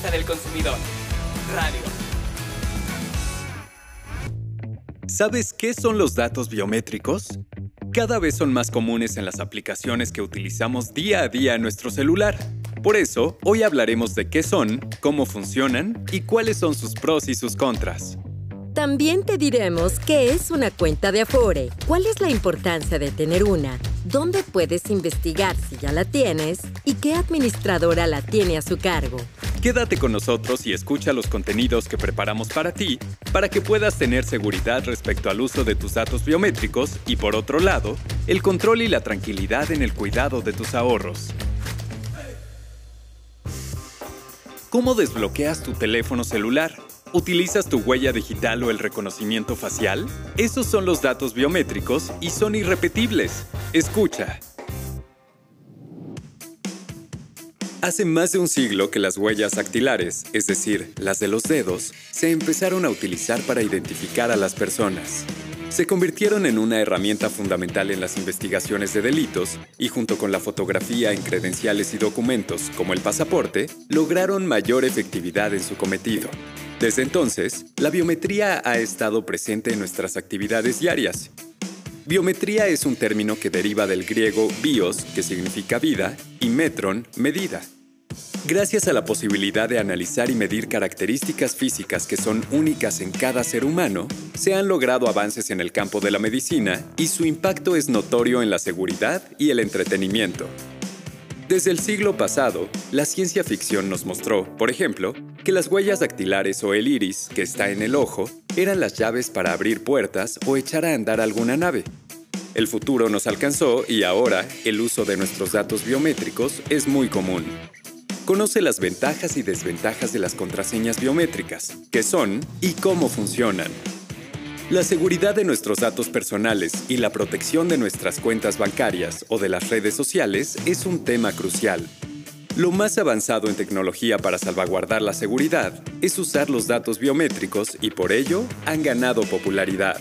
defensa del consumidor. Radio. ¿Sabes qué son los datos biométricos? Cada vez son más comunes en las aplicaciones que utilizamos día a día en nuestro celular. Por eso, hoy hablaremos de qué son, cómo funcionan y cuáles son sus pros y sus contras. También te diremos qué es una cuenta de Afore, cuál es la importancia de tener una, dónde puedes investigar si ya la tienes y qué administradora la tiene a su cargo. Quédate con nosotros y escucha los contenidos que preparamos para ti para que puedas tener seguridad respecto al uso de tus datos biométricos y, por otro lado, el control y la tranquilidad en el cuidado de tus ahorros. ¿Cómo desbloqueas tu teléfono celular? ¿Utilizas tu huella digital o el reconocimiento facial? Esos son los datos biométricos y son irrepetibles. Escucha. Hace más de un siglo que las huellas dactilares, es decir, las de los dedos, se empezaron a utilizar para identificar a las personas. Se convirtieron en una herramienta fundamental en las investigaciones de delitos y, junto con la fotografía en credenciales y documentos, como el pasaporte, lograron mayor efectividad en su cometido. Desde entonces, la biometría ha estado presente en nuestras actividades diarias. Biometría es un término que deriva del griego bios, que significa vida, y metron, medida. Gracias a la posibilidad de analizar y medir características físicas que son únicas en cada ser humano, se han logrado avances en el campo de la medicina y su impacto es notorio en la seguridad y el entretenimiento. Desde el siglo pasado, la ciencia ficción nos mostró, por ejemplo, que las huellas dactilares o el iris, que está en el ojo, eran las llaves para abrir puertas o echar a andar alguna nave. El futuro nos alcanzó y ahora el uso de nuestros datos biométricos es muy común. Conoce las ventajas y desventajas de las contraseñas biométricas, qué son y cómo funcionan. La seguridad de nuestros datos personales y la protección de nuestras cuentas bancarias o de las redes sociales es un tema crucial. Lo más avanzado en tecnología para salvaguardar la seguridad es usar los datos biométricos y por ello han ganado popularidad.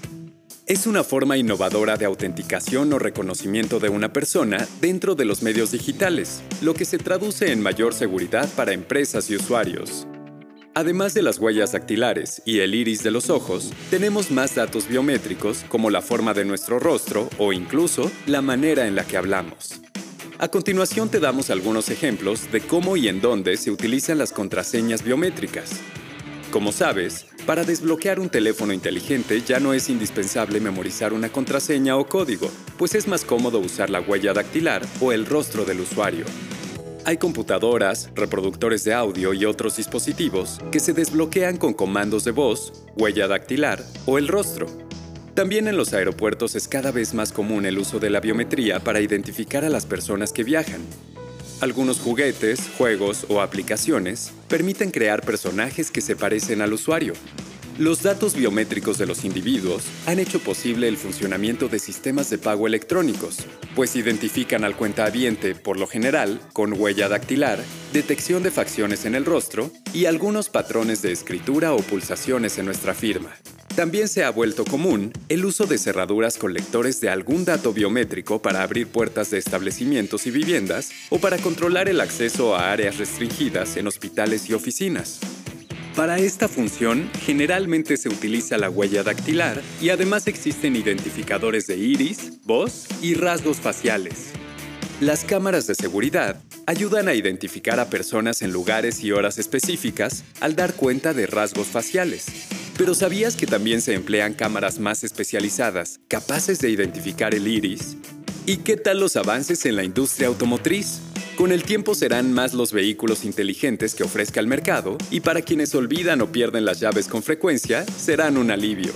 Es una forma innovadora de autenticación o reconocimiento de una persona dentro de los medios digitales, lo que se traduce en mayor seguridad para empresas y usuarios. Además de las huellas dactilares y el iris de los ojos, tenemos más datos biométricos como la forma de nuestro rostro o incluso la manera en la que hablamos. A continuación te damos algunos ejemplos de cómo y en dónde se utilizan las contraseñas biométricas. Como sabes, para desbloquear un teléfono inteligente ya no es indispensable memorizar una contraseña o código, pues es más cómodo usar la huella dactilar o el rostro del usuario. Hay computadoras, reproductores de audio y otros dispositivos que se desbloquean con comandos de voz, huella dactilar o el rostro. También en los aeropuertos es cada vez más común el uso de la biometría para identificar a las personas que viajan. Algunos juguetes, juegos o aplicaciones permiten crear personajes que se parecen al usuario. Los datos biométricos de los individuos han hecho posible el funcionamiento de sistemas de pago electrónicos, pues identifican al cuentahabiente, por lo general, con huella dactilar, detección de facciones en el rostro y algunos patrones de escritura o pulsaciones en nuestra firma. También se ha vuelto común el uso de cerraduras con lectores de algún dato biométrico para abrir puertas de establecimientos y viviendas o para controlar el acceso a áreas restringidas en hospitales y oficinas. Para esta función, generalmente se utiliza la huella dactilar y además existen identificadores de iris, voz y rasgos faciales. Las cámaras de seguridad ayudan a identificar a personas en lugares y horas específicas al dar cuenta de rasgos faciales. Pero ¿sabías que también se emplean cámaras más especializadas, capaces de identificar el iris? ¿Y qué tal los avances en la industria automotriz? Con el tiempo serán más los vehículos inteligentes que ofrezca el mercado y para quienes olvidan o pierden las llaves con frecuencia, serán un alivio.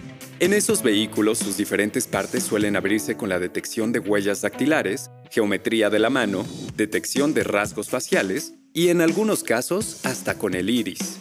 En esos vehículos, sus diferentes partes suelen abrirse con la detección de huellas dactilares, geometría de la mano, detección de rasgos faciales y, en algunos casos, hasta con el iris.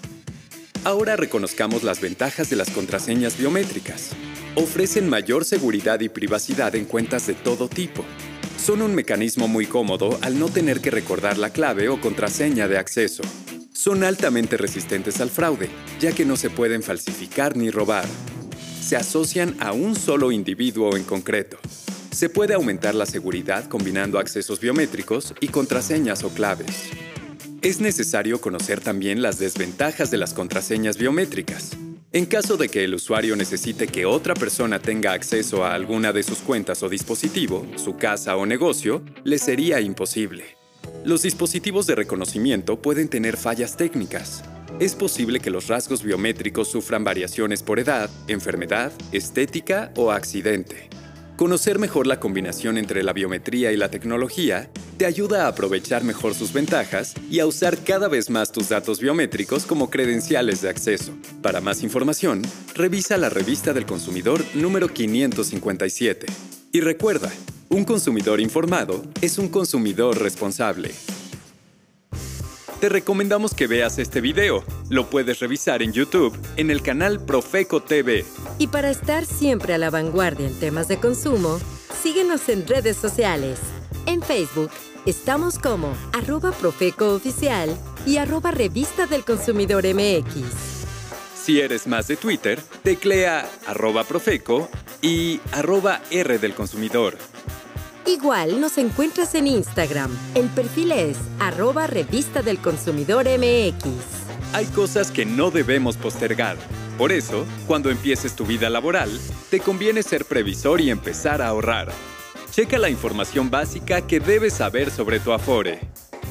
Ahora reconozcamos las ventajas de las contraseñas biométricas. Ofrecen mayor seguridad y privacidad en cuentas de todo tipo. Son un mecanismo muy cómodo al no tener que recordar la clave o contraseña de acceso. Son altamente resistentes al fraude, ya que no se pueden falsificar ni robar. Se asocian a un solo individuo en concreto. Se puede aumentar la seguridad combinando accesos biométricos y contraseñas o claves. Es necesario conocer también las desventajas de las contraseñas biométricas. En caso de que el usuario necesite que otra persona tenga acceso a alguna de sus cuentas o dispositivo, su casa o negocio, le sería imposible. Los dispositivos de reconocimiento pueden tener fallas técnicas. Es posible que los rasgos biométricos sufran variaciones por edad, enfermedad, estética o accidente. Conocer mejor la combinación entre la biometría y la tecnología te ayuda a aprovechar mejor sus ventajas y a usar cada vez más tus datos biométricos como credenciales de acceso. Para más información, revisa la Revista del Consumidor número 557. Y recuerda, un consumidor informado es un consumidor responsable. Te recomendamos que veas este video. Lo puedes revisar en YouTube, en el canal Profeco TV. Y para estar siempre a la vanguardia en temas de consumo, síguenos en redes sociales. En Facebook, estamos como @ProfecoOficial y @Revista del Consumidor MX. Si eres más de Twitter, teclea @Profeco y @R del Consumidor. Igual nos encuentras en Instagram. El perfil es @Revista del Consumidor MX. Hay cosas que no debemos postergar. Por eso, cuando empieces tu vida laboral, te conviene ser previsor y empezar a ahorrar. Checa la información básica que debes saber sobre tu Afore.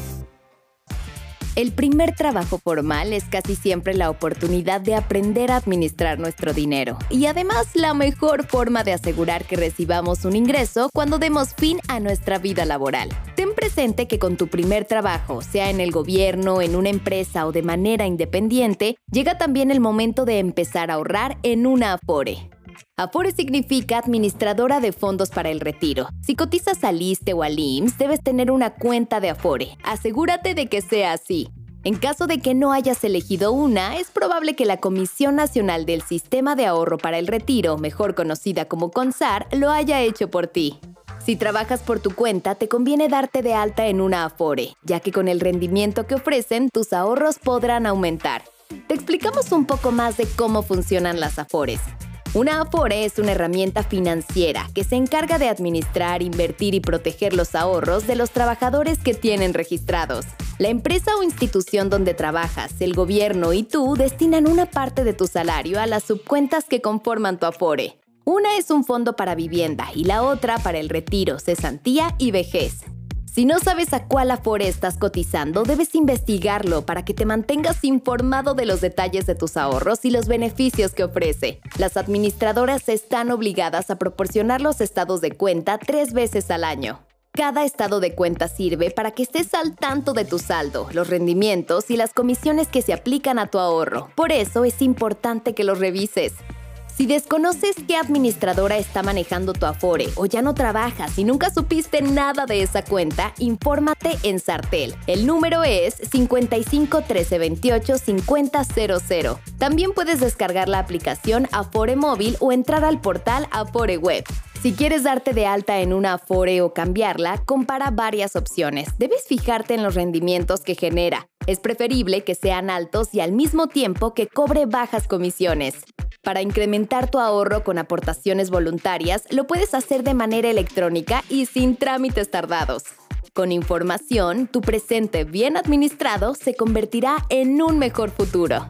El primer trabajo formal es casi siempre la oportunidad de aprender a administrar nuestro dinero y además la mejor forma de asegurar que recibamos un ingreso cuando demos fin a nuestra vida laboral. Ten presente que con tu primer trabajo, sea en el gobierno, en una empresa o de manera independiente, llega también el momento de empezar a ahorrar en una Afore. Afore significa Administradora de Fondos para el Retiro. Si cotizas al ISSSTE o al IMSS, debes tener una cuenta de Afore. Asegúrate de que sea así. En caso de que no hayas elegido una, es probable que la Comisión Nacional del Sistema de Ahorro para el Retiro, mejor conocida como CONSAR, lo haya hecho por ti. Si trabajas por tu cuenta, te conviene darte de alta en una Afore, ya que con el rendimiento que ofrecen, tus ahorros podrán aumentar. Te explicamos un poco más de cómo funcionan las Afores. Una Afore es una herramienta financiera que se encarga de administrar, invertir y proteger los ahorros de los trabajadores que tienen registrados. La empresa o institución donde trabajas, el gobierno y tú destinan una parte de tu salario a las subcuentas que conforman tu Afore. Una es un fondo para vivienda y la otra para el retiro, cesantía y vejez. Si no sabes a cuál Afore estás cotizando, debes investigarlo para que te mantengas informado de los detalles de tus ahorros y los beneficios que ofrece. Las administradoras están obligadas a proporcionar los estados de cuenta 3 veces al año. Cada estado de cuenta sirve para que estés al tanto de tu saldo, los rendimientos y las comisiones que se aplican a tu ahorro. Por eso es importante que los revises. Si desconoces qué administradora está manejando tu Afore o ya no trabajas y nunca supiste nada de esa cuenta, infórmate en Sartel. El número es 55 13 28 5000. También puedes descargar la aplicación Afore Móvil o entrar al portal Afore Web. Si quieres darte de alta en una Afore o cambiarla, compara varias opciones. Debes fijarte en los rendimientos que genera. Es preferible que sean altos y al mismo tiempo que cobre bajas comisiones. Para incrementar tu ahorro con aportaciones voluntarias, lo puedes hacer de manera electrónica y sin trámites tardados. Con información, tu presente bien administrado se convertirá en un mejor futuro.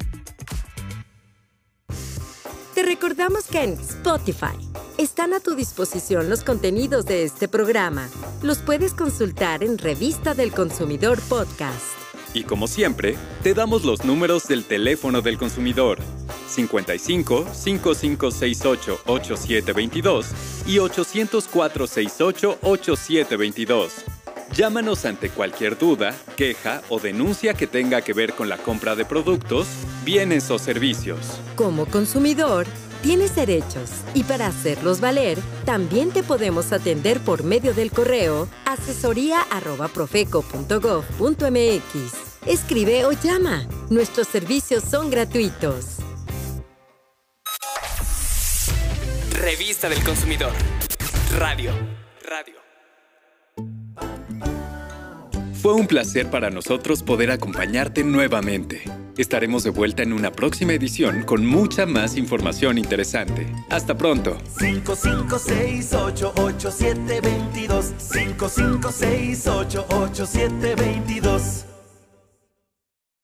Te recordamos que en Spotify están a tu disposición los contenidos de este programa. Los puedes consultar en Revista del Consumidor Podcast. Y como siempre, te damos los números del teléfono del consumidor: 55 5568 8722 y 80468 8722. Llámanos ante cualquier duda, queja o denuncia que tenga que ver con la compra de productos, bienes o servicios. Como consumidor, tienes derechos y para hacerlos valer, también te podemos atender por medio del correo asesoría@profeco.gov.mx. Escribe o llama. Nuestros servicios son gratuitos. Revista del Consumidor. Radio. Fue un placer para nosotros poder acompañarte nuevamente. Estaremos de vuelta en una próxima edición con mucha más información interesante. ¡Hasta pronto! 55688722 55688722